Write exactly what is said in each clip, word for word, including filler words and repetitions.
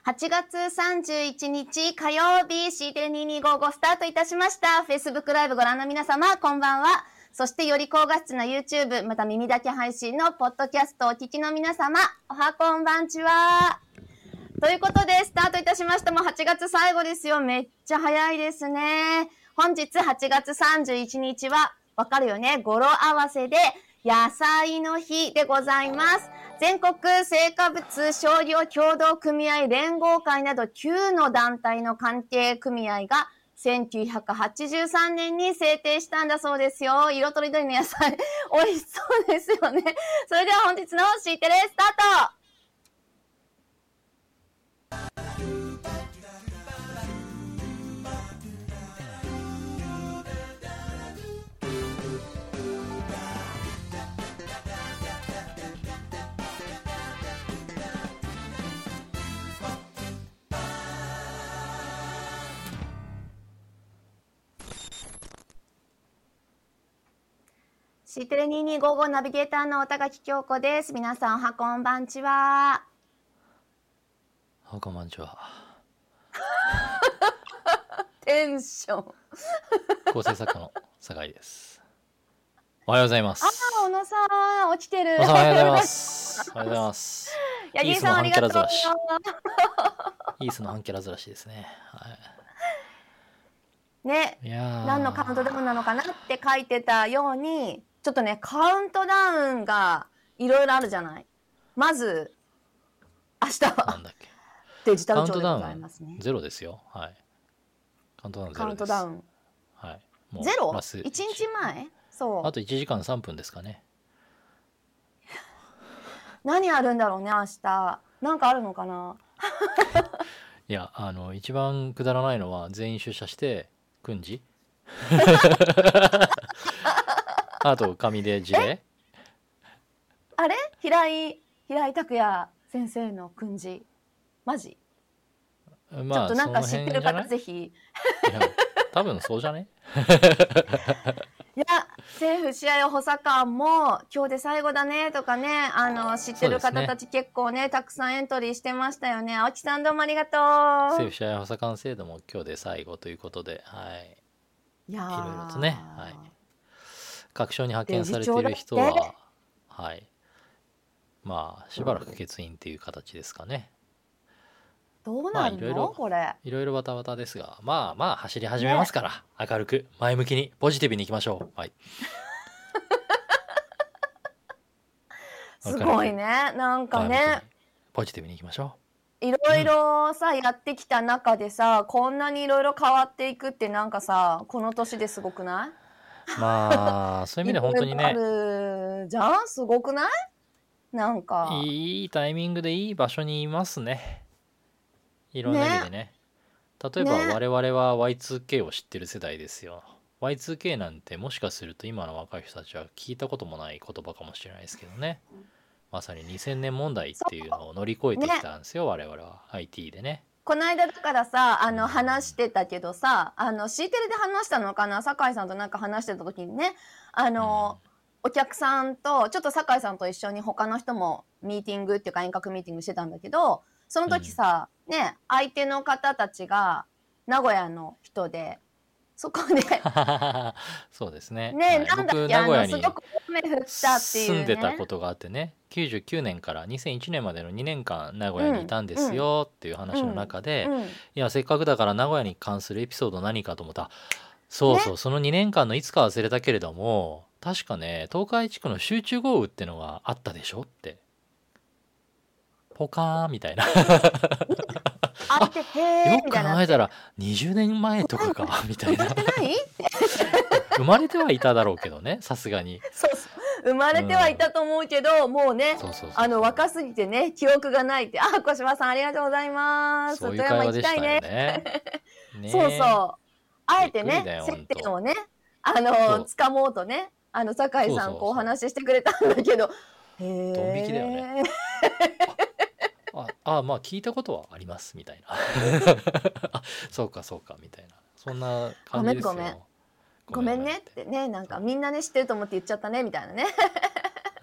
はちがつさんじゅういちにち火曜日 シーテレにーにーごーご スタートいたしました。 Facebook ライブご覧の皆様こんばんは。そしてより高画質な YouTube また耳だけ配信のポッドキャストをお聞きの皆様おはこんばんちはということでスタートいたしました。もうはちがつ最後ですよ。めっちゃ早いですね。本日はちがつさんじゅういちにちはわかるよね、語呂合わせで野菜の日でございます。全国成果物商業協同組合連合会などきゅうの団体の関係組合がせんきゅうひゃくはちじゅうさんねんに制定したんだそうですよ。色とりどりの野菜美味しそうですよね。それでは本日の シーテレスタート。シーテレにーにーごーごーナビゲーターのおたがき京子です。皆さんおはこんばんちは。 おはこんばんちは。 テンション構成作家の酒井です。おはようございます。 ああ、小野さん起きてる。 小野さんおはようございます。おはようございます。 ヤギさんありがとう。 イースの半キャラずらしですね。はい、 ね、 いや何のカウントダウンなのかなって書いてたように、ちょっとねカウントダウンがいろいろあるじゃない。まず明日はなんだっけ、 デジタル庁でございますね。 ゼロですよ。はい。カウントダウンゼロです。 カウントダウン。 はい。もうゼロ？ ラスいちにちまえ？そう。 あといちじかんさんぷんですかね。 何あるんだろうね明日。なんかあるのかな。 いや、あの一番くだらないのは全員出社して訓示あと紙で事例。 あれ平井平井拓也先生の訓示マジ、 まあ、 ちょっとなんか知ってる方ぜひ。 いや多分そうじゃねいや政府試合補佐官も今日で最後だねとかね、あの知ってる方たち結構 ね, ねたくさんエントリーしてましたよね。青木さんどうもありがとう。 政府試合補佐官制度も今日で最後ということで、はい、 いやいろいろとね、はい、各省に派遣されている人は、はい、まあしばらく欠員っていう形ですかね。 どうなるの、まあ、いろいろこれいろいろバタバタですが、まあまあ走り始めますから、ね、明るく前向きにポジティブにいきましょう。はい。 すごいね、なんかねポジティブにいきましょう。いろいろさ、うん、やってきた中でさ、こんなにいろいろ変わっていくってなんかさ、この年ですごくない？ まあそういう意味で本当にね。 あるじゃん、すごくない？なんかいいタイミングでいい場所にいますね。いろんな意味でね。ね、例えば我々は ワイツーケー を知ってる世代ですよ。ワイツーケー なんてもしかすると今の若い人たちは聞いたこともない言葉かもしれないですけどね。まさににせんねん問題っていうのを乗り越えてきたんですよ、ね、我々は アイティー でね。 この間だからさ、あの話してたけどさ、あの シーテレで話したのかな、酒井さんとなんか話してた時にね、あの、うん、お客さんとちょっと酒井さんと一緒に他の人もミーティングっていうか遠隔ミーティングしてたんだけど、その時さ、うん、ね、相手の方たちが名古屋の人で、そこでそうですね。 ね、はい、なんだっけ、 僕名古屋に住んでたことがあってね、きゅうじゅうきゅうねんからにせんいちねんまでのにねんかん名古屋にいたんですよっていう話の中で、うんうん、いやせっかくだから名古屋に関するエピソード何かと思った。そうそう、ね、そのにねんかんのいつか忘れたけれども、確かね東海地区の集中豪雨ってのがあったでしょって。ポカーンみたいなあってへよく考えたらにじゅうねんまえとかかみたいな生まれてはいただろうけどね、さすがに。 そうそう、生まれてはいたと思うけど、うん、もうね、あの若すぎてね記憶がないって。あ、小島さんありがとうございます。 そういう会話でしたよね。 ねそうそう、あえてね接点をねあの掴もうとね、あの酒井さんこうお話ししてくれたんだけど、 へえドン引きだよね。ああ、まあ聞いたことはありますみたいなあ、そうかそうかみたいな、そんな感じですよ。 ごめんごめんごめんねってね、なんかみんなね知ってると思って言っちゃったねみたいなね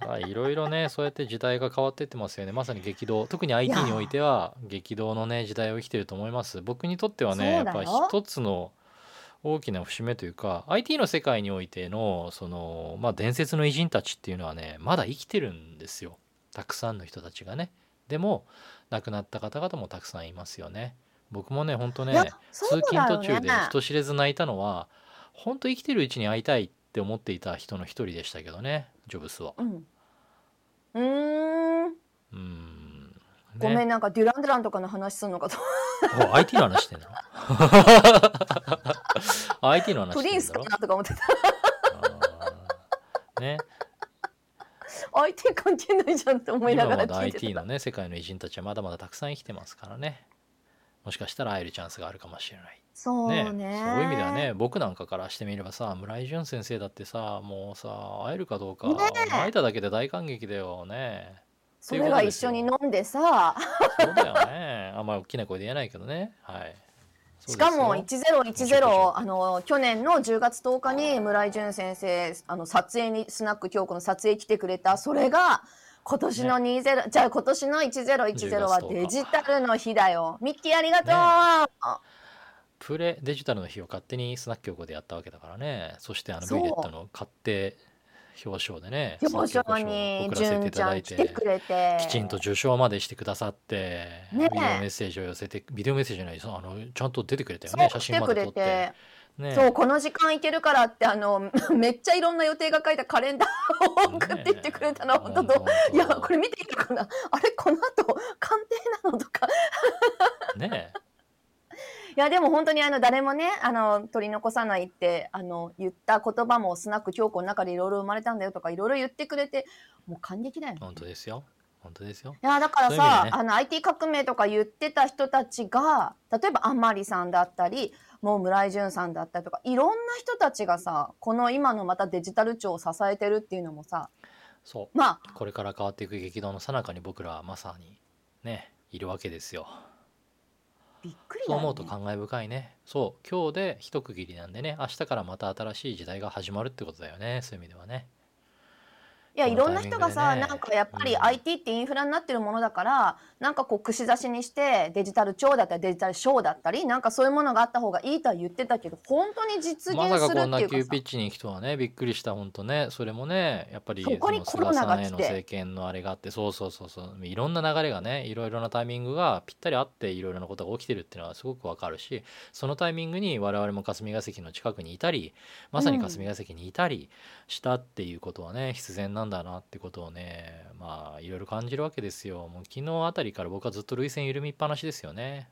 まあいろいろねそうやって時代が変わってってますよね。まさに激動、特に アイティー においては激動のね時代を生きてると思います。僕にとってはねやっぱ一つの大きな節目というか アイティー の世界においてのそのまあ伝説の偉人たちっていうのはねまだ生きてるんですよ。たくさんの人たちがね。でも亡くなった方々もたくさんいますよね。僕もね本当ね通勤途中で人知れず泣いたのは本当生きてるうちに会いたいって思っていた人の一人でしたけどね、ジョブスは。 うん、うーんうんね、 ごめんなんかデュラン・デュランとかの話するのかとアイティー の話してんだろアイティー の話してんだろ。 プリンスかなとか思ってたね、 アイティー 関係ないじゃんって思いながら聞いてた。 今まだ アイティー のね世界の偉人たちはまだまだたくさん生きてますからね。もしかしたら会えるチャンスがあるかもしれない。 そうね。 ね、そういう意味ではね僕なんかからしてみればさ村井淳先生だってさもうさ会えるかどうか、ね、会えただけで大感激だよね。 それが一緒に飲んでさそうだよね。あんまり大きな声で言えないけどね。はい。 しかもいちぜろいちぜろあの去年のじゅうがつとおかに村井淳先生あの撮影にスナック京子の撮影来てくれた。それが今年のにじゅう、ね、じゃあ今年のいちぜろいちぜろはデジタルの日だよ。ミッキーありがとう、ね、 プレデジタルの日を勝手にスナック京子でやったわけだからね。そしてあの ブイレットの勝手表彰でね表彰に純ちゃん来てくれてきちんと受賞までしてくださって、ね、ビデオメッセージを寄せてビデオメッセージじゃないあのちゃんと出てくれたよね。写真まで撮って、ね、 そうこの時間行けるからってあのめっちゃいろんな予定が書いたカレンダーを送っていってくれたのは本当と、いやこれ見ていいのかなあれこの後鑑定なのとかねえいやでも本当にあの誰もねあの取り残さないってあの言った言葉もスナック京子の中でいろいろ生まれたんだよとかいろいろ言ってくれてもう感激だよね。 本当ですよ本当ですよ。 いやだからさうう、ね、あの アイティー 革命とか言ってた人たちが例えばあんまりさんだったりもう村井淳さんだったりとかいろんな人たちがさこの今のまたデジタル庁を支えてるっていうのもさそうまあこれから変わっていく激動の最中に僕らはまさにねいるわけですよ。 びっくりだね。 そう思うと感慨深いね。そう今日で一区切りなんでね明日からまた新しい時代が始まるってことだよね。そういう意味ではね。 いやいろんな人がさ、ね、なんかやっぱり アイティー ってインフラになってるものだから、うん、なんかこう串刺しにしてデジタル庁だったりデジタルショーだったりなんかそういうものがあった方がいいとは言ってたけど本当に実現するっていうかさ、 まさかこんな急ピッチに行くとはねびっくりした本当ね。それもねやっぱりそこにコロナが来て菅さんへの政権のあれがあってそうそうそうそういろんな流れがねいろいろなタイミングがぴったりあっていろいろなことが起きてるっていうのはすごくわかるしそのタイミングに我々も霞が関の近くにいたりまさに霞が関にいたりしたっていうことはね、必然なんだなってことをねまあいろいろ感じるわけですよ。もう昨日あたりから僕はずっと涙腺緩みっぱなしですよね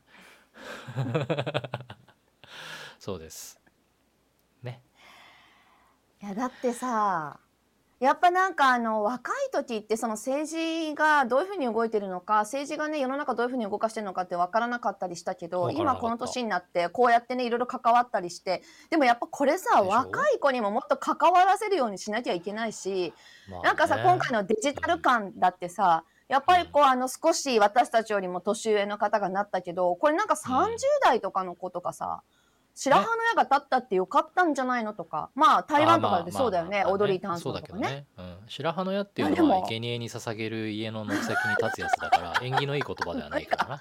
そうですね。 いやだってさやっぱなんかあの若い時ってその政治がどういうふうに動いてるのか政治がね世の中どういうふうに動かしてるのかって分からなかったりしたけど今この年になってこうやってねいろいろ関わったりしてでもやっぱこれさ若い子にももっと関わらせるようにしなきゃいけないし、まあね、なんかさ今回のデジタル感だってさやっぱりこうあの少し私たちよりも年上の方がなったけどこれなんかさんじゅう代とかの子とかさ白羽の矢が立ったってよかったんじゃないのとかまあ台湾とかでそうだよね踊りタンスとかね。そうだけどね、 うん、白羽の矢っていうのは生贄に捧げる家の軒先に立つやつだから縁起のいい言葉ではないから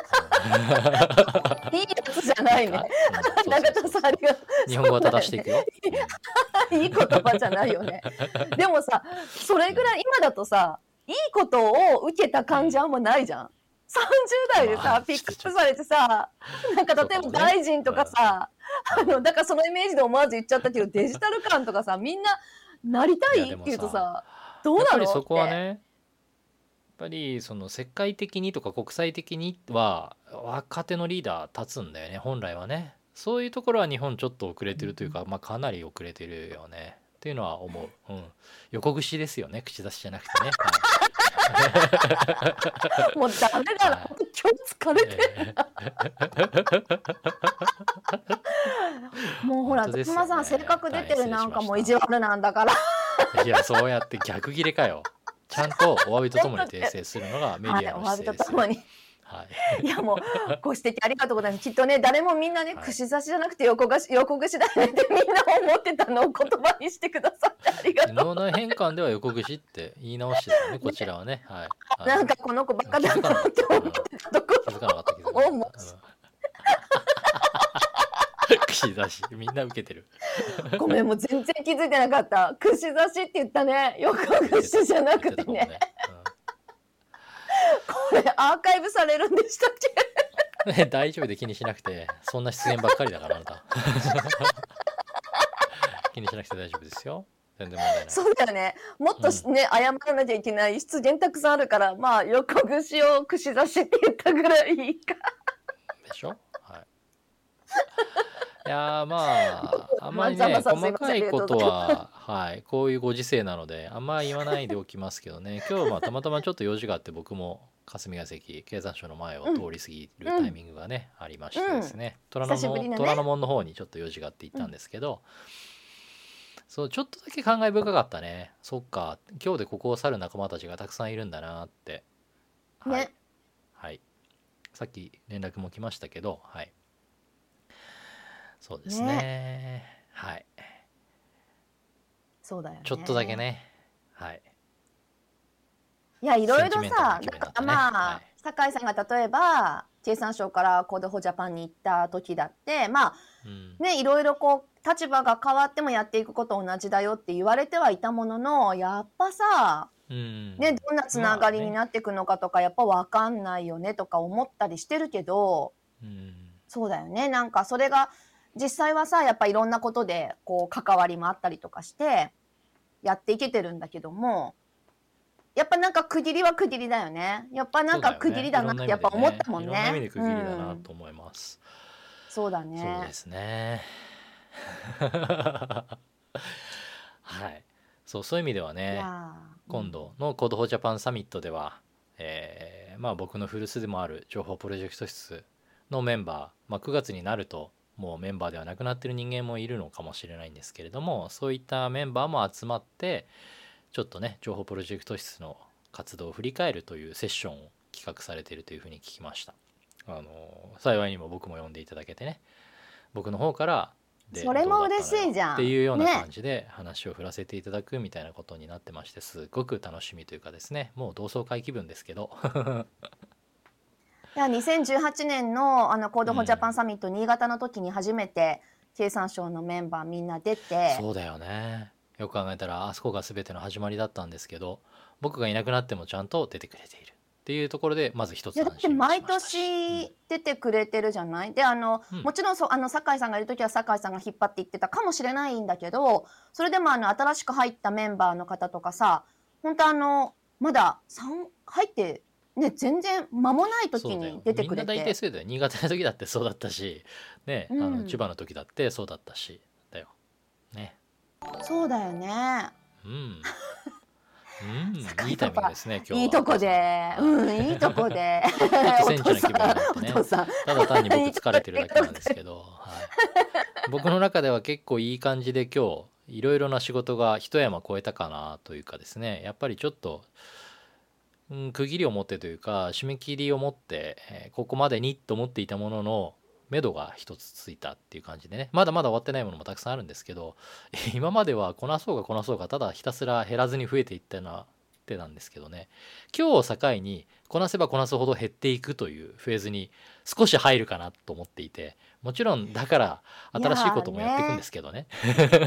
な。 いいやつじゃないね。中田さんありがとう。 日本語は正していくよ。 いい言葉じゃないよね。でもさそれぐらい今だとさいいことを受けた感じあんまないじゃん。さんじゅう代でさ、まあ、ピックアップされてさなんか例えば大臣とかさ、ね、あのだからそのイメージで思わず言っちゃったけどデジタル感とかさみんななりたいっていうとさどうなの？やっぱりそこはねやっぱりその世界的にとか国際的には若手のリーダー立つんだよね本来はね。そういうところは日本ちょっと遅れてるというか、まあ、かなり遅れてるよねっていうのは思う、うん、横串ですよね口出しじゃなくてね、はい、 もうダメだな、はい、今日疲れてるな、えー、もうほら徳間さん性格出てるなんかもう意地悪なんだからいやそうやって逆切れかよ。ちゃんとお詫びとともに訂正するのがメディアの姿勢ですよ。 はい、お詫びとともにははいやもうご指摘ありがとうございます。きっとね誰もみんなね、 はい串刺しじゃなくて横串横串だねってみんな思ってたのを言葉にしてくださってありがとう。 脳内変換では横串って言い直してたねこちらはね。はい。あのなんかこの子バカだ気づかなかっなってた。うん思ってたとこ気づかなかった気づかなろをもかった。うん串刺しみんな受けてる。 うごめんもう全然気づいてなかった。串刺しって言ったね。横串じゃなくてね。これアーカイブされるんでしたっけ？ ね、大丈夫で気にしなくて、そんな出現ばっかりだからあなた。気にしなくて大丈夫ですよ。全然問題ない。 そうだよね。もっとしね、謝らなきゃいけない出現たくさんあるから、まあ横串を串刺しって言ったぐらいいいか。 でしょ？はい。いやーまああんまりねまあざまさんすい細ませんかいことははいこういうご時世なのであんま言わないでおきますけどね。今日まあたまたまちょっと用事があって僕も霞が関経産省の前を通り過ぎるタイミングがね、ありましてですね、虎ノ門、 久しぶりだね虎ノ門の方にちょっと用事があって行ったんですけど、そうちょっとだけ感慨深かったね。そっか今日でここを去る仲間たちがたくさんいるんだなって。はい、 ねはい、さっき連絡も来ましたけど、はいそうですね。はい。 そうだよね。 ちょっとだけね。はい。 いやいろいろセンチメンタルさ、 な気分になったねだからまあ、 はい酒井さんが例えば経産省からコードフォージャパンに行った時だってまあうん。 ねいろいろこう立場が変わってもやっていくこと同じだよって言われてはいたもののやっぱさうん。 ねどんなつながりにまあねなっていくのかとかやっぱ分かんないよねとか思ったりしてるけどうん。 そうだよねなんかそれが実際はさやっぱいろんなことでこう関わりもあったりとかしてやっていけてるんだけどもやっぱなんか区切りは区切りだよねやっぱなんか区切りだなってやっぱ思ったもんね。 いろんな意味で区切りだなうんと思います。 そうだね。 そうですね。はい。そうそういう意味ではいね、 やー今度のコードフォージャパンサミットでは、えーまあ僕の古巣でもある情報プロジェクト室のメンバー、まあ、くがつになるともうメンバーではなくなってる人間もいるのかもしれないんですけれども、そういったメンバーも集まってちょっとね情報プロジェクト室の活動を振り返るというセッションを企画されているというふうに聞きました。あの幸いにも僕も呼んでいただけてね、僕の方からでそれもどうだったのよ嬉しいじゃんっていうようなね感じで話を振らせていただくみたいなことになってまして、すごく楽しみというかですね、もう同窓会気分ですけどいやにせんじゅうはちねんのあのコードフォージャパンサミット新潟の時に初めて経産省のメンバーみんな出てそうだよね。よく考えたらあそこが全ての始まりだったんですけど、僕がいなくなってもちゃんと出てくれているっていうところでまず一ついやだって安心もし毎ましたし、 年出てくれてるじゃない。であの、 うんもちろんそうあの酒井さんがいる時は酒井さんが引っ張っていってたかもしれないんだけどそれでもあの新しく入ったメンバーの方とかさ本当あのまださん入ってね全然間もないそうだよ時に出てくれみんな大体てそうだよ。新潟の時だってそうだったしね、 うんあの千葉の時だってそうだったしだよね。 そうだよね。 うんうん、 坂井いいタイミングですね今日はいいとこでうんいいとこでちょっとセンチな気分になってねお父さんただ単に僕疲れてるだけなんですけど、はい、僕の中では結構いい感じで今日いろいろな仕事が一山越えたかなというかですね、やっぱりちょっと、うん、区切りを持ってというか締め切りを持って、えーここまでにと思っていたものの目処が一つついたっていう感じでね、まだまだ終わってないものもたくさんあるんですけど、今まではこなそうがこなそうがただひたすら減らずに増えていったなってなんですけどね、今日を境にこなせばこなすほど減っていくというフェーズに少し入るかなと思っていて、もちろんだから新しいこともやっていくんですけどね。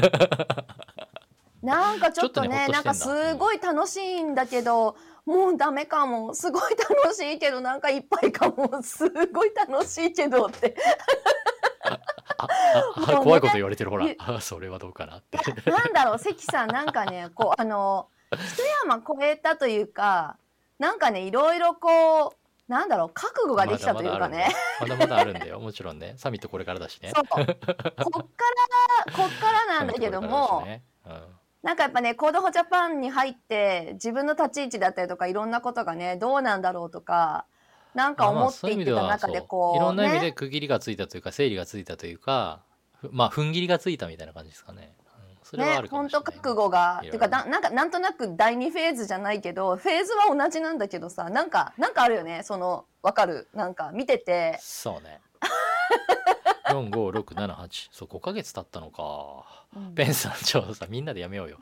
なんかちょっとねちょっとねほっとなんかしてんだすごい楽しいんだけど、もうダメかもすごい楽しいけどなんかいっぱいかもすごい楽しいけどってああもうね怖いこと言われてるほらいあそれはどうかなってなんだろう関さんなんかねこうあの一山越えたというかなんかねいろいろこうなんだろう覚悟ができたというかねまだまだあるんだよもちろんね、サミットこれからだしね。 そうこっからこっからなんだけども、 ねうん、 なんかやっぱねコードフォージャパンに入って自分の立ち位置だったりとかいろんなことがねどうなんだろうとかなんか思っていってた中でこう、 いろんな意味でね、 区切りがついたというか整理がついたというか、ふまあ踏ん切りがついたみたいな感じですかね。うん、 それはあね、 るかもしれない、 本当覚悟が、 いろいろっていうかな、なんかなんとなくだいにフェーズじゃないけど、フェーズは同じなんだけどさ、なんかなんかあるよね。そのわかる。なんか見てて、 そうね。よん、ご、ろく、なな、はち。そう、ごかげつ経ったのか。 うんペンさん、ちょうどさ、みんなでやめようよ。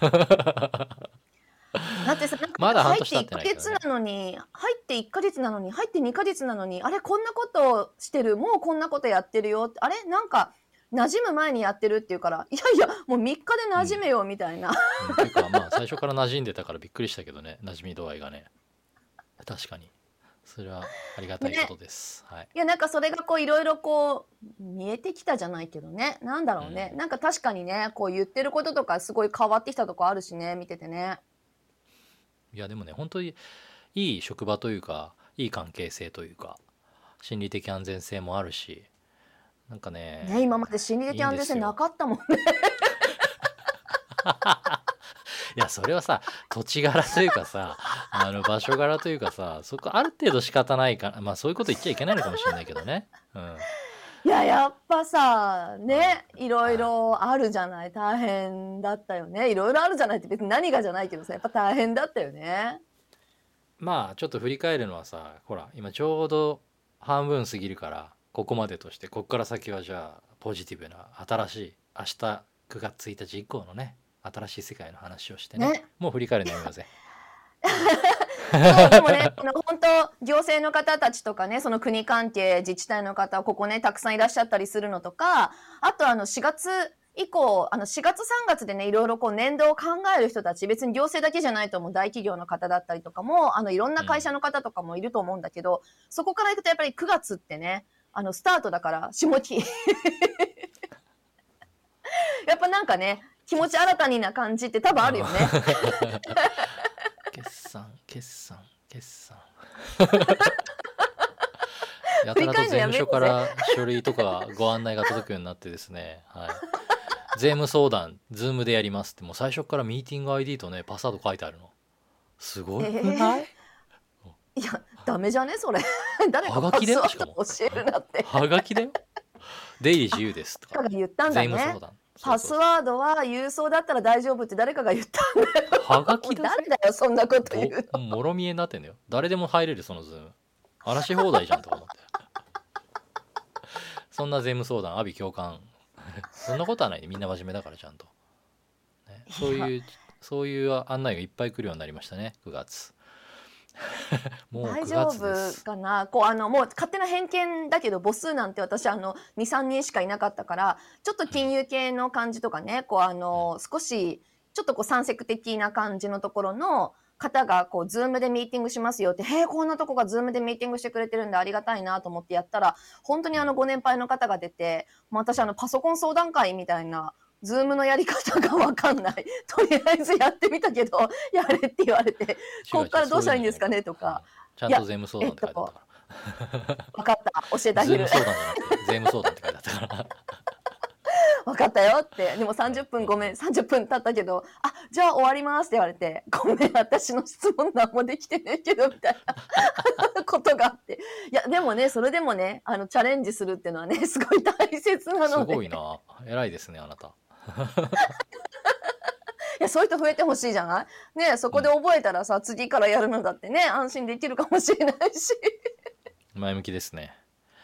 だってさ、なんかまだ半入って1 年経ってないけどヶ月ね。 なのに、入っていっかげつなのに、入ってにかげつなのに、あれこんなことしてる、もうこんなことやってるよ、あれなんか馴染む前にやってるっていうから、いやいや、もうみっかで馴染めよみたいな。 うん、っていうかまあ最初から馴染んでたからびっくりしたけどね、馴染み度合いがね。確かに。それはありがたいことです。はい。 いやなんかそれがこういろいろこう見えてきたじゃないけどね、なんだろうね、 うんなんか確かにね、こう言ってることとかすごい変わってきたとこあるしね、見ててね。 いやでもね、本当にいい職場というか、いい関係性というか、心理的安全性もあるし、なんかね、 ね、今まで心理的安全性なかったもんね。 いやそれはさ、土地柄というかさ、あの場所柄というかさ、そこある程度仕方ないから、まあそういうこと言っちゃいけないのかもしれないけどね。うん。 いややっぱさね、いろいろあるじゃない、大変だったよね、いろいろあるじゃないって別に何がじゃないけどさ、やっぱ大変だったよね。 まあちょっと振り返るのはさ、ほら今ちょうど半分過ぎるから、ここまでとして、ここから先はじゃあポジティブな新しい明日くがつついたち以降のね、新しい世界の話をしてね。 ねもう振り返るのやめようぜ。 そうでもね、この本当行政の方たちとかね、その国関係自治体の方、ここねたくさんいらっしゃったりするのとか、あとあのしがつ以降、あのしがつさんがつでね、いろいろこう年度を考える人たち、別に行政だけじゃないと思う、大企業の方だったりとかも、あのいろんな会社の方とかもいると思うんだけど、そこからいくとやっぱりくがつってね、あのスタートだから下期やっぱなんかね、気持ち新たにな感じって多分あるよね。 決算決算決算やたらと税務署から書類とかご案内が届くようになってですね、はい、税務相談ズームでやりますって、もう最初からミーティング アイディー とねパスワード書いてあるの。すごいくない？ えー、いやダメじゃねそれ。誰かはがきだよ、しかも教えるなって。 はがきだよ。出入り自由ですとか言ったんだね。 税務相談、 パスワードは郵送だったら大丈夫って誰かが言ったんだよ。 はがきだぜ。 誰だよそんなこと言うの。 もろ見えになってんだよ。誰でも入れるそのズーム。荒らし放題じゃんとか思って。そんな税務相談、阿鼻共感。そんなことはないね。みんな真面目だからちゃんと。ね、そういうそういう案内がいっぱい来るようになりましたね。くがつ。もうく大丈がつです。 夫かな。こうあのもう勝手な偏見だけど母数なんて私あのにさんにんしかいなかったから、ちょっと金融系の感じとかね、こうあの少しちょっとこう三セク的な感じのところの方がこうズームでミーティングしますよって、へえこんなとこがズームでミーティングしてくれてるんでありがたいなと思ってやったら、本当にあのご年配の方が出て、もう私あのパソコン相談会みたいな。ズームのやり方が分かんない。とりあえずやってみたけど、やれって言われて、こっからどうしたらいいんですかねとか。 ちゃんと税務相談って書いてあったから。分かった。教えてあげる。 税務相談じゃなくて、税務相談って書いてあったから。 分かったよって。でもさんじゅっぷんごめん、さんじゅっぷん経ったけど、あ、じゃあ終わりますって言われて、ごめん、私の質問何もできてねえけど、みたいなことがあって。いや、でもね、それでもね、あの、チャレンジするっていうのはね、すごい大切なので。 すごいな。偉いですね、あなた。 いやそういう人増えてほしいじゃないね。そこで覚えたらさ、うん、次からやるのだってね、安心できるかもしれないし。 前向きですね。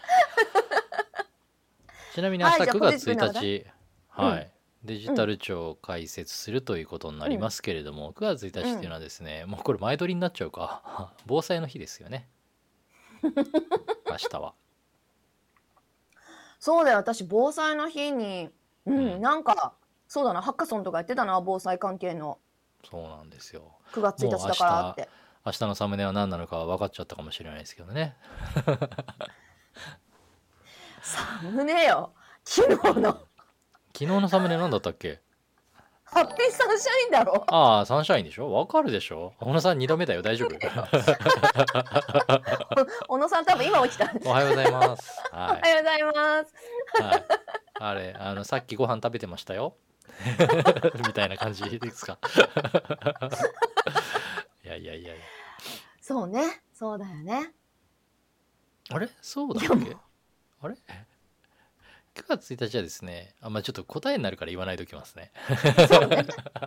ちなみに明日くがつついたち、はい、はいうん、デジタル庁を開設するということになりますけれども、うん、くがつついたちっていうのはですね、うん、もうこれ前撮りになっちゃうか。防災の日ですよね。明日は。 そうだよ、私防災の日に、うん、うん、なんかそうだな、ハッカソンとかやってたな、防災関係の。 そうなんですよ。 くがつついたちだからって。 明日のサムネは何なのか分かっちゃったかもしれないですけどね。 サムネよ、昨日の。昨日のサムネ何だったっけ？ ハッピーサンシャインだろ。 ああ、サンシャインでしょ。わかるでしょ。小野さんにどめだよ、大丈夫？ 小野さん多分今起きた。 おはようございます。 はい、おはようございます。 はい。あれ、あのさっきご飯食べてましたよ。みたいな感じですか。いやいやいやいや。 そうね、そうだよね。 あれ、そうだっけ？あれ？ くがつついたちはですね、あ、まあ、ちょっと答えになるから言わないときますね。 そうね。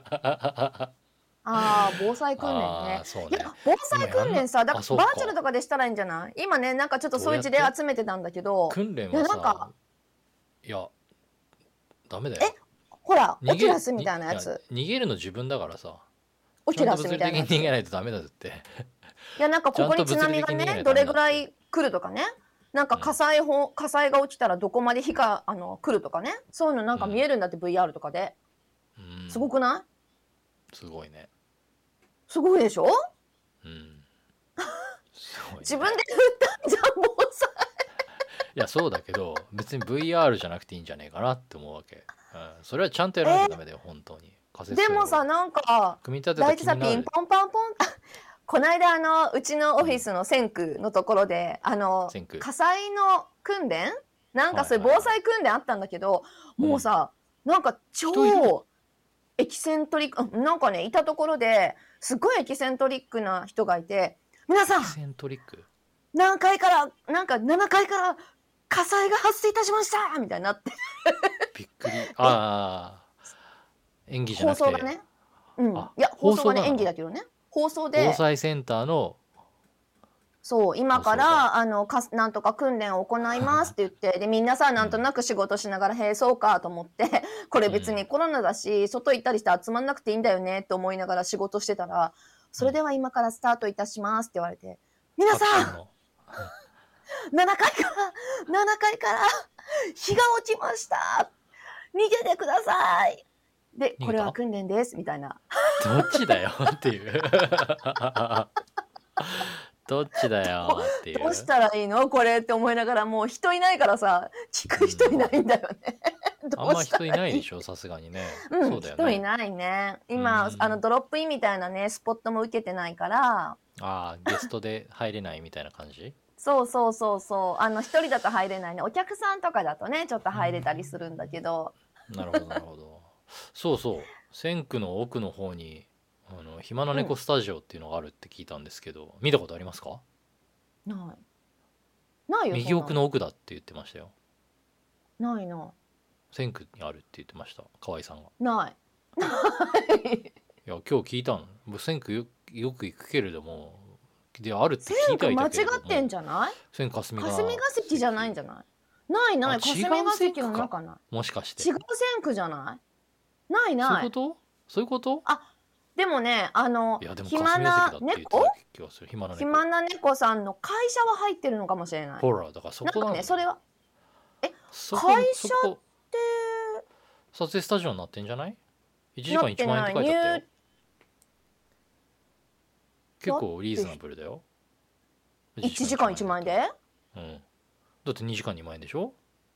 ああ、防災訓練ね。 ああ、そうね。 いや、防災今やんな、 訓練さ、だあ、そうバーチャルか。 とかでしたらいいんじゃない？今ね、なんかちょっとそういう事例どうやって集めてたんだけど、 訓練いや、 はさ、 なんか、 いや、ダメだえ、 よ。 ほら、オ逃げ、 キュラスみに、いや、 たいなやつ。 逃げるの自分だからさ、 オちゃんとキュラスみ物理的に逃げたいなやつ。 ないとダメだぜって。 いや、なんかちゃんとここに津物理的に逃げな波がね、 いとどれぐダメだって。 らい来るとかね。なんかうん、 火災ほ、火災が起きたらどこまで火が、あの、来るとかね。そういうのなんか見うん、 えるんだって ブイアール とかで。 うすごん、 くないすごいね。 すごいでしょ？ うん、すごい自分ね。 で振ったんじゃん、防災。 いや、そうだけど、別に ブイアール じゃなくていいんじゃないかなって思うわけ。うん、それはちゃんとやらなきゃえダメだよ、本当に。仮ー、 説とやろうよ。 でもさ、なんか、 組み立てた大体さ、 気になる。 ピンポンパンポン。この間、あの、うちのオうん、 フィスの線区のところで、あの、 先駆。 火災の訓練なんかはいはいはい。 そういう防災訓練あったんだけど、 うん。 もうさ、なんか人いるの？ 超エキセントリック、うんなんかね、いたところで、すごいエキセントリックな人がいて、皆さん、 エキセントリック。 何階から、なんかななかいから火災が発生いたしましたみたいになって。 びっくり。 え、 ああ、演技じゃ放なくて、 送がね。うん。 あ、 いや、放放送がね、 送がなの？ 演技だけどね。放送防で、 災センターのそう、今か放送が。 ら、あの、かすなんとか訓練を行いますって言って、で、みんなさ、 うなんとん。 なく仕事しながら、へえ、そうかと思って、これ別にうん。 コロナだし、外行ったりして集まんなくていいんだよねって思いながら仕事してたら、それでうん。 は今からスタートいたしますって言われて、皆さん、 アクションの。 ななかいから、ななかいから、日が落ちました。逃げてください。で、 逃げた？ これは訓練です、みたいな。 どっちだよっていう。どっちだよっていどうしう。 たらいいのこれって思いながら、もう人いないからさ、聞うく人いん。 ないんだよね。 あどうしたんま人いらいい？ ないでしょ、さすがにね。 うん、 そうだよね。 人いないね。 う今、あの、 ん。 ドロップインみたいなね、スポットも受けてないから、 ああ、ゲストで入れないみたいな感じ？ そうそうそうそう、あの、一人だと入れないね。お客さんとかだとね、ちょっとう入れたりするんん。 だけど。 なるほど、なるほど。そうそう。線区の奥の方に、あの、暇なうん、 猫スタジオっていうのがあるって聞いたんですけど、見たことありますか？ ない。ないよ、そ右んなの。 奥の奥だって言ってましたよ。 ないな。 線区にあるって言ってました、河合さんが。 ない。ない。 いや、今日聞いたの。僕線区よ、よく行くけれども、で、あるって聞線区間違いてはいたけれどってんも、 じゃない？ 線霞霞がが関じゃないんじ関。 ゃない？ないなあ、 い。 違霞うが関の線区か。 中ない。 もしかし違うて。 線区じゃない？ないそういうない。 ことそういうことあ、でもね、あの、 いや、でも暇霞が関だなって言ってた猫気がする。暇な暇猫。 な猫さんの会社は入ってるのかもしれない。 ほら、だからそなんかね、 こなのよ。 それは、え、 そこ、 会社っそこ、 て撮影スタジオになってんじゃない ?いち 時な間1万円ってってない。 書いてあったよ。 入、 結だっ構リーズナてブルだよ。 いちじかん1万円で？ うん。だってにじかんにまん円でしょ？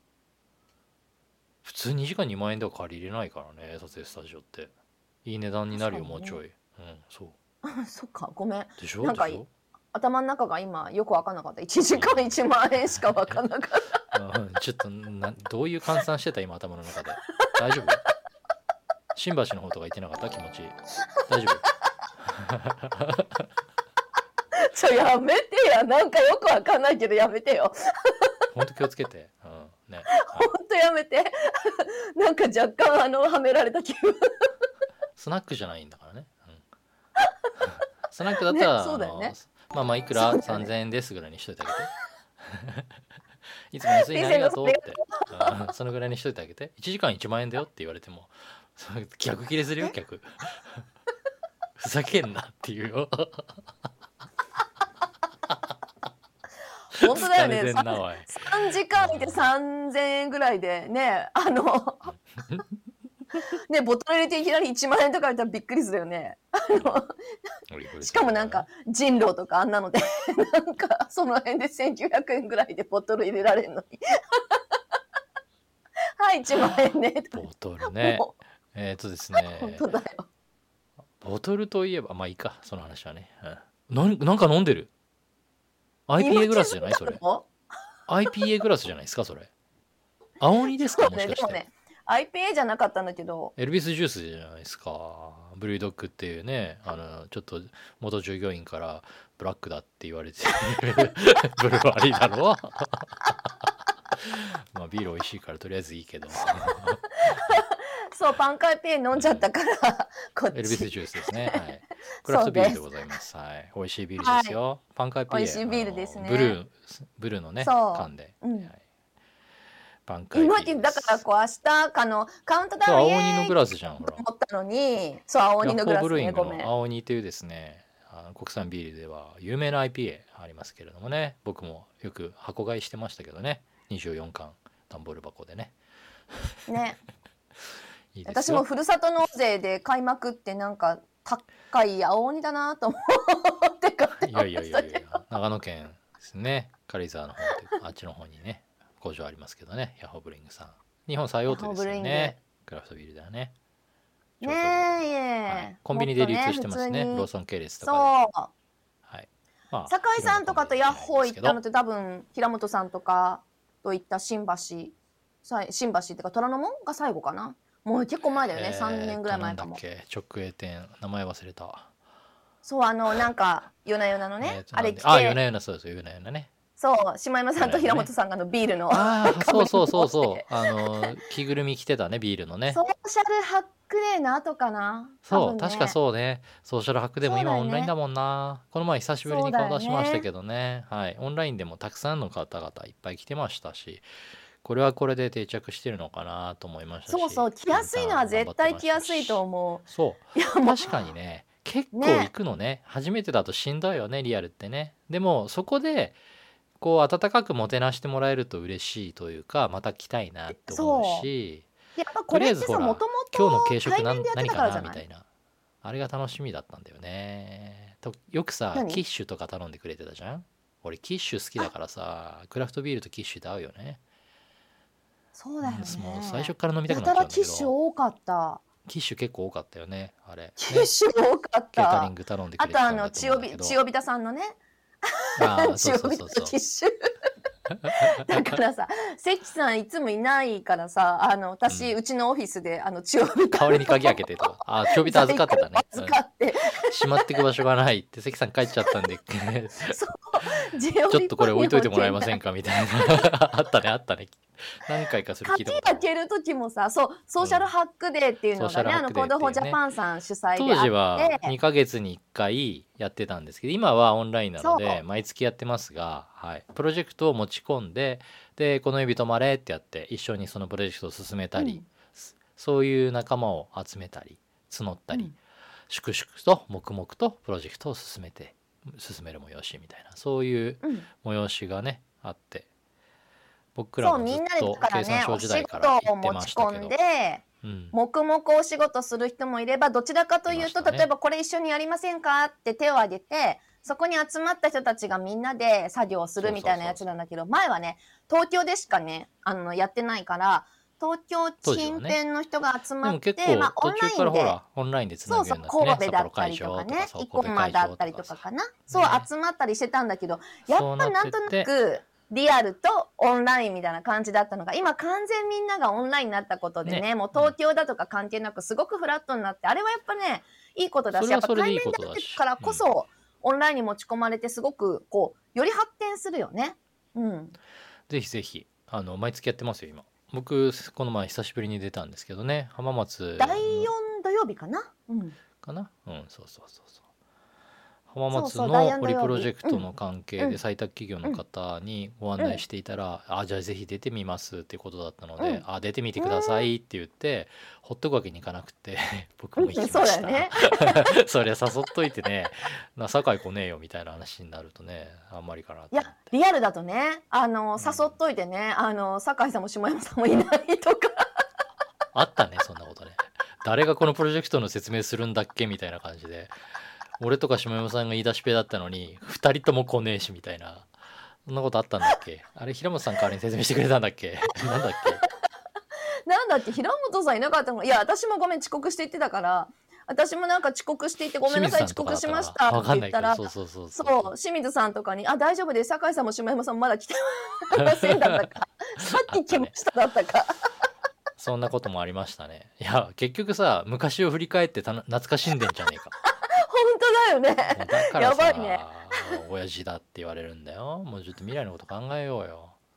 普通にじかんにまん円では借りれないからね、撮影スタジオって。いい値段になるよ、 確かにね。 もうちょい。うん、そう。 あ、そっか、ごめん。 でしょなんかいでしょ頭の中が今よくわかんなかった。いちじうかんいちまん円しかわかんなかった。 ん。うん、ちょっとな、どういう換算してた今頭の中で。大丈夫？新橋の方とか言ってなかった気持ち。大丈夫？ ちょ、やめてや。なんかよくわかんないけどやめてよ。 ほんと気をつけて。うん。ね。 ほはい。 んとやめて。なんか若干あの、はめられた気分。 スナックじゃないんだからね。うん。スナックだったね、 ら、あの、 そうだよね。 まあまあいくらそうだよさんぜんね。 えんですぐらいにしといてあげて。いつも安いリねありがーゼントさんありがとうって。うん、そのぐらいにしといてあげて。いちじかんいちまん円だよって言われても、それ逆切れするよ、逆。ふざけんなっていうよ。 本当だよね。 疲れてんな、おい。 さんじかんいてさんぜんえんぐらいでね、あの、ね、ボトル入れていきなりいちまん円とか言ったらびっくりするよね。あの、しかもなんか人狼とかあんなので、なんかその辺でせんきゅうひゃくえんぐらいでボトル入れられるのに。はい、いちまん円ね。 ボトルね。 もえっとですう、本ね、 当だよ。 ボトルといえば、まあいいか、その話はね。うん、なんなんか飲んでる。アイピーエー グラスじゃないそれ。アイピーエー グラスじゃないですかそれ。青鬼ですかそうね、 もしかして。 でもね、アイピーエー じゃなかったんだけど。 エルビスジュースじゃないですか。ブルードッグっていうね、あの、ちょっと元従業員からブラックだって言われてブルワリーだろまああビール美味しいからとりあえずいいけどそうパンカイピエ飲んじゃったからこっエルビスちジュースですね。はい。クラフトビールでございます。はい。美味しいビールですよ。パンカイピエ美味しいビールですねあのブルーブルーのねそう缶で、 うんはい、パンカイピエ今です。 だからこう明日あのカウントダそうウンイエ青鬼のーイグラスじゃんほら。 と思ったのにそう青鬼のグラスヤッホーブルーイングねごめんの青鬼というですねあの国産ビールでは有名な アイピーエー ありますけれどもね、僕もよく箱買いしてましたけどね、にじゅうよんかん段ボール箱でねねいいですよ。 私もふるさと納税で買いまくってなんか高い青鬼だなと思って買っていまやいやいやいしたけどや長野県ですね、軽井沢の方であっちの方にね工場ありますけどね、ヤッホーブルーイングさん日本最大手ですよヤッホーブルーインね、クラフトビールではね。 ねえいはいえコンビニで流通してますね、 もっとローソン系列とそうかで。はいまあ酒井さんとかとヤッホー行ったのっ広て多分平本さんとかと行った新橋さい新橋っていうか虎ノ門が最後かな。もう結構前だよね、 えーさんねんぐらい前かもなんだっ。け直営店名前忘れた。 そうあのなんか夜な夜なのね、 えーとあれ来なんであ夜なて夜なそうですよ夜な夜なね。 そう島山さんと平本さんがあのビールのああそうそうそうそ被り物をしてうあの着ぐるみ着てたねビールのね。 ソーシャルハックデーの後かなそう、 多分ね確かそうね。ソーシャルハックでも今そうだよねオンラインだもんな。この前久しぶりにそうだよね顔出しましたけどね。はい。オンラインでもたくさんの方々いっぱい来てましたし、これはこれで定着してるのかなと思いましたし。 そうそう来やすいのは絶対来やすいと思う。 そう。 いやもう確かにね、結構ね行くのね。初めてだとしんどいよね、リアルってね。でもそこで、こう温かくもてなしてもらえると嬉しいというか、また来たいなって思うし、 やっぱこれってさもとも今日のと軽食何対面でやって何かたからじゃないなみたいな。あれが楽しみだったんだよね。とよくさ何キッシュとか頼んでくれてたじゃん。俺キッシュ好きだからさクラフトビールとキッシュって合うよね。 そうだよね。 もう最初から飲みたくやたなっちゃうんだけらキッシュど多かった。 キッシュ結構多かったよねあれね。 キッシュ多かっケータリンた。 グ頼んでくあとあれてたんだの千代びと思うんだけど。 千代びたさんのね。 あー千代びたそうそうそうそうとキッシュ。だからさ、関さんいつもいないからさ、あの私、 ううちのオフィスであの千代びた代わりに鍵開けてとかあちょびた預かってたね。 預かって、 うんしまってく場所がないって関さん帰っちゃったんでそう、ちちょっとこれ置いといてもらえませんかみたいなあったねあったね何回かそれ聞いた鍵ことある。 開ける時もさ、そうソーシャルハックデーっていうのソーシャルがね、あのハックデーっていうねコードフォージャパンさん主催で当時はあって、 にかげつにいっかいやってたんですけど今はオンラインなのそで毎月やってますが、はい、プロジェクトを持ち込んででこの指止まれってやって一緒にそのプロジェクトを進めたり、 うんそういう仲間を集めたり募ったり、 うん粛々と黙々とプロジェクトを進めて進める催しみたいなそういううん催しがねあって僕らそうもずっみんなでと経だからね、お仕産省時代事から行ってを持ちましたけど込んで、 うん黙々お仕事する人もいれば、どちらかというと、 いましたね例えばこれ一緒にやりませんかって手を挙げて、そこに集まった人たちがみんなで作業をするみたいなやつなんだけど、前はね、東京でしかね、あのやってないから、東京近辺の人が集でまって、 も結構まあオン途中ラインで、 からほらオンラインでつそうそう、 なげるようになってね神戸だったりとかね、生駒だったりとかかな、そう集まったりしてたんだけど、やっぱなんとなくリアルとオンラインみたいな感じだったのが、今完全みんながオンラインになったことでね、 ねもう東京だとか関係なくすごくフラットになって、あれはやっぱね、いいことだし、やっぱそれはそれでいい対面ことだしだってからこそ、オンラインに持ち込まれてすごくこう、より発展するよね。うん。 ぜひぜひあの毎月やってますよ今。僕この前久しぶりに出たんですけどね浜松だいよん土曜日かな。うん。 かなうんそうそうそうそう浜松そうそうダイヤのの曜日堀プロジェクトの関係うんで採択企業の方にご案内していたら「あじゃあぜひ出てみます」っていうことだったのでうん 「あ出てみてください」って言ってほっとくわけにいかなくて僕も行きまそうだした。 よね。 そりゃ誘っといてねな酒井来ねえよみたいな話になるとねあんまりかなといや思って。 リアルだとね、あのうん誘っといてね、あの酒井さんも下山さんもいないとか。 あったねそんなことね。誰がこのプロジェクトの説明するんだっけみたいな感じで俺とか下山さんが言い出しっぺだったのにふたりとも来ねえしみたいなそんなことあったんだっけ。あれ平本さん代わりに説明してくれたんだっけなんだっけ。 なんだっけ、平本さんいなかったの。いや私もごめん遅刻して言ってたから、私もなんか遅刻していてごめんなさい遅刻しましたわかんないけどって言ったら、 そうそうそうそうそう清水さんとかに「あ大丈夫です、酒井さんも下山さんもまだ来てません」だったかさっき来ましただったか。 そんなこともありましたね。いや結局さ昔を振り返ってた懐かしんでんじゃねえか。 本当だよね。 もうだからさやばいね親父だって言われるんだよ。もうちょっと未来のこと考えようよ。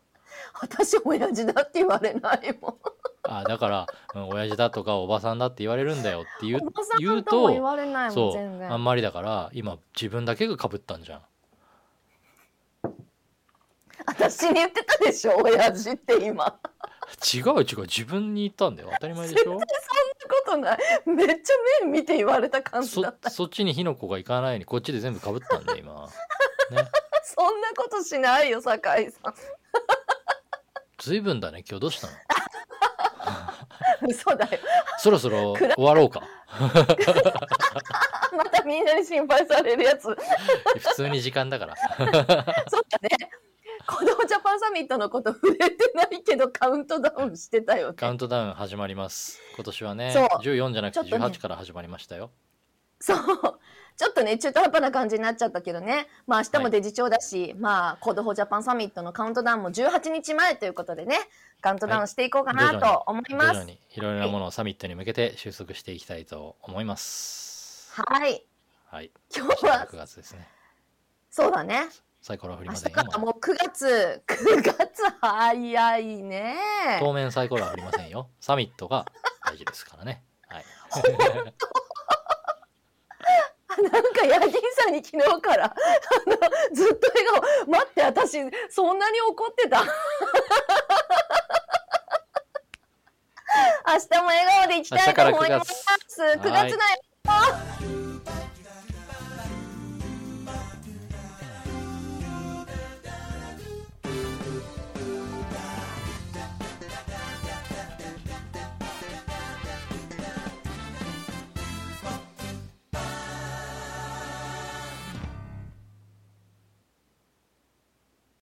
私親父だって言われないもん。 あだから、うん、親父だとかおばさんだって言われるんだよって言う、 おばさ言うんとも言とわれないもんそ全然。 うあんまりだから今自分だけが被ったんじゃん。 私に言ってたでしょ親父って今。 違う違う自分に言ったんだよ。当たり前でしょ。 そんなことない。めっちゃ目見て言われた感じそだった。 そっちに火の粉がいかないようにこっちで全部被ったんだよ今ね。 そんなことしないよ酒井さん。 ずいぶんだね今日どうしたの。 嘘だよ。 そろそろ終わろうか。 またみんなに心配されるやつ。 普通に時間だから。 そうだね。子供ジャパンサミットのこと触れてないけどカウントダウンしてたよね。 カウントダウン始まります。今年はねそうじゅうよんじゃなくてじゅうはちちょっとねから始まりましたよ。 そうちょっとね中途半端な感じになっちゃったけどね、まあ明日もデジ庁だし、まあコドホジャパンサミットのカウントダウンもじゅうはちにちまえということでねカウントダウンしていこうかなと思います。 徐々にいろいろなものをサミットに向けて収束していきたいと思います。 はいはい。 今日はくがつですね。 そうだね。 サイコロは振り明ませんよ。 日からもうくがつくがつ早いね。 当面サイコロは振りませんよ。サミットが大事ですからね。はい。 なんかヤギンさんに昨日からあのずっと笑顔待って私そんなに怒ってた。明日も笑顔でいきたいと思います。くがつだよ。